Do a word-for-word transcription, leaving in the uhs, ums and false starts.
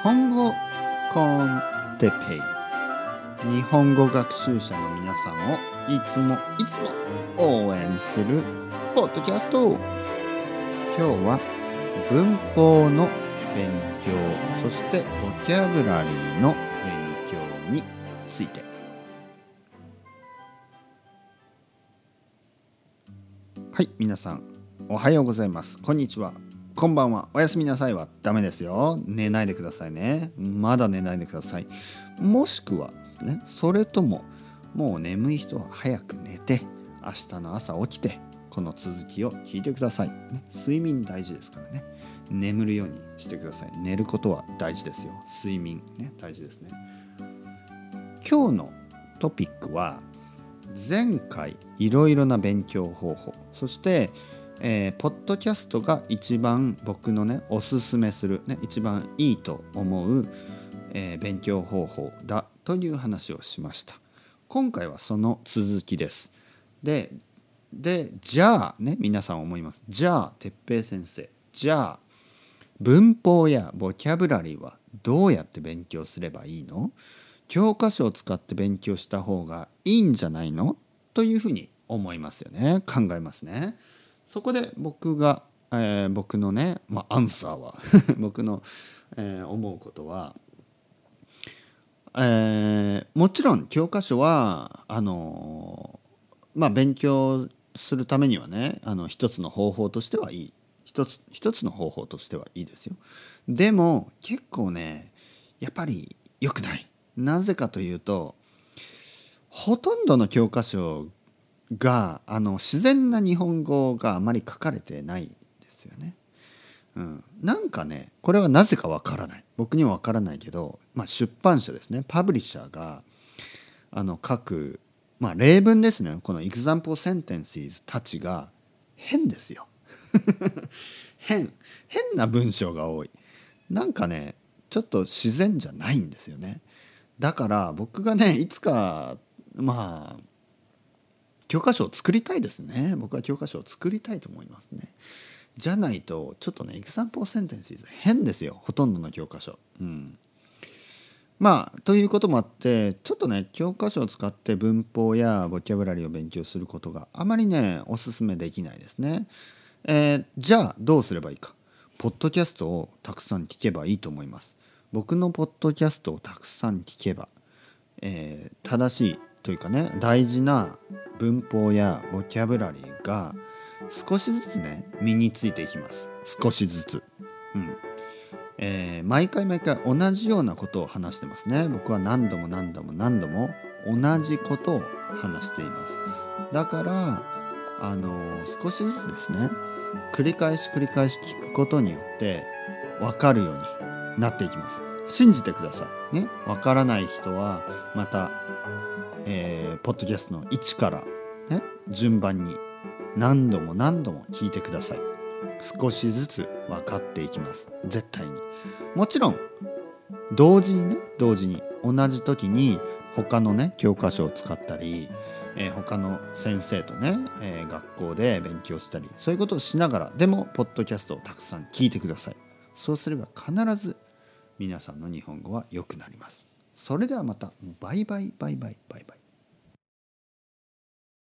本語コンテペイ、日本語学習者の皆さんをいつもいつも応援するポッドキャスト。今日は文法の勉強、そしてボキャブラリーの勉強について。はい、皆さんおはようございます、こんにちは、こんばんは、おやすみなさいはダメですよ。寝ないでくださいね。まだ寝ないでください。もしくはね、それとももう眠い人は早く寝て、明日の朝起きてこの続きを聞いてください、ね、睡眠大事ですからね。眠るようにしてください。寝ることは大事ですよ。睡眠ね、大事ですね。今日のトピックは、前回いろいろな勉強方法、そしてえー、ポッドキャストが一番僕のねおすすめする、ね、一番いいと思う、えー、勉強方法だという話をしました。今回はその続きです。で、でじゃあね、皆さん思います。じゃあ哲平先生、じゃあ文法やボキャブラリーはどうやって勉強すればいいの？教科書を使って勉強した方がいいんじゃないの？というふうに思いますよね。考えますね。そこで僕が、えー、僕のね、まあ、アンサーは僕の、えー、思うことは、えー、もちろん教科書はあのー、まあ勉強するためにはね、あの一つの方法としてはいい、一つ一つの方法としてはいいですよ。でも結構ね、やっぱり良くない。なぜかというと、ほとんどの教科書があの自然な日本語があまり書かれてないですよね。うん、なんかね、これはなぜかわからない。僕にはわからないけど、まあ、出版社ですね、パブリッシャーがあの書く、まあ、例文ですね、この example sentences たちが変ですよ。変変な文章が多い。なんかね、ちょっと自然じゃないんですよね。だから僕がね、いつかまあ教科書を作りたいですね。僕は教科書を作りたいと思いますね。じゃないとちょっとね、example sentences 変ですよ、ほとんどの教科書。うん。まあということもあって、ちょっとね、教科書を使って文法やボキャブラリーを勉強することがあまりね、おすすめできないですね。えー、じゃあどうすればいいか。ポッドキャストをたくさん聞けばいいと思います。僕のポッドキャストをたくさん聞けば、えー、正しいというかね、大事な文法やボキャブラリーが少しずつね、身についていきます。少しずつ、うんえー、毎回毎回同じようなことを話してますね。僕は何度も何度も何度も同じことを話しています。だからあのー、少しずつですね、繰り返し繰り返し聞くことによって分かるようになっていきます。信じてくださいね。分からない人はまた、えー、ポッドキャストのいちから、ね、順番に何度も何度も聞いてください。少しずつ分かっていきます。絶対に。もちろん同時にね、同時に同じ時に他のね教科書を使ったり、えー、他の先生とね、えー、学校で勉強したり、そういうことをしながらでもポッドキャストをたくさん聞いてください。そうすれば必ず皆さんの日本語は良くなります。それではまた。バイバイバイバイバイバイ。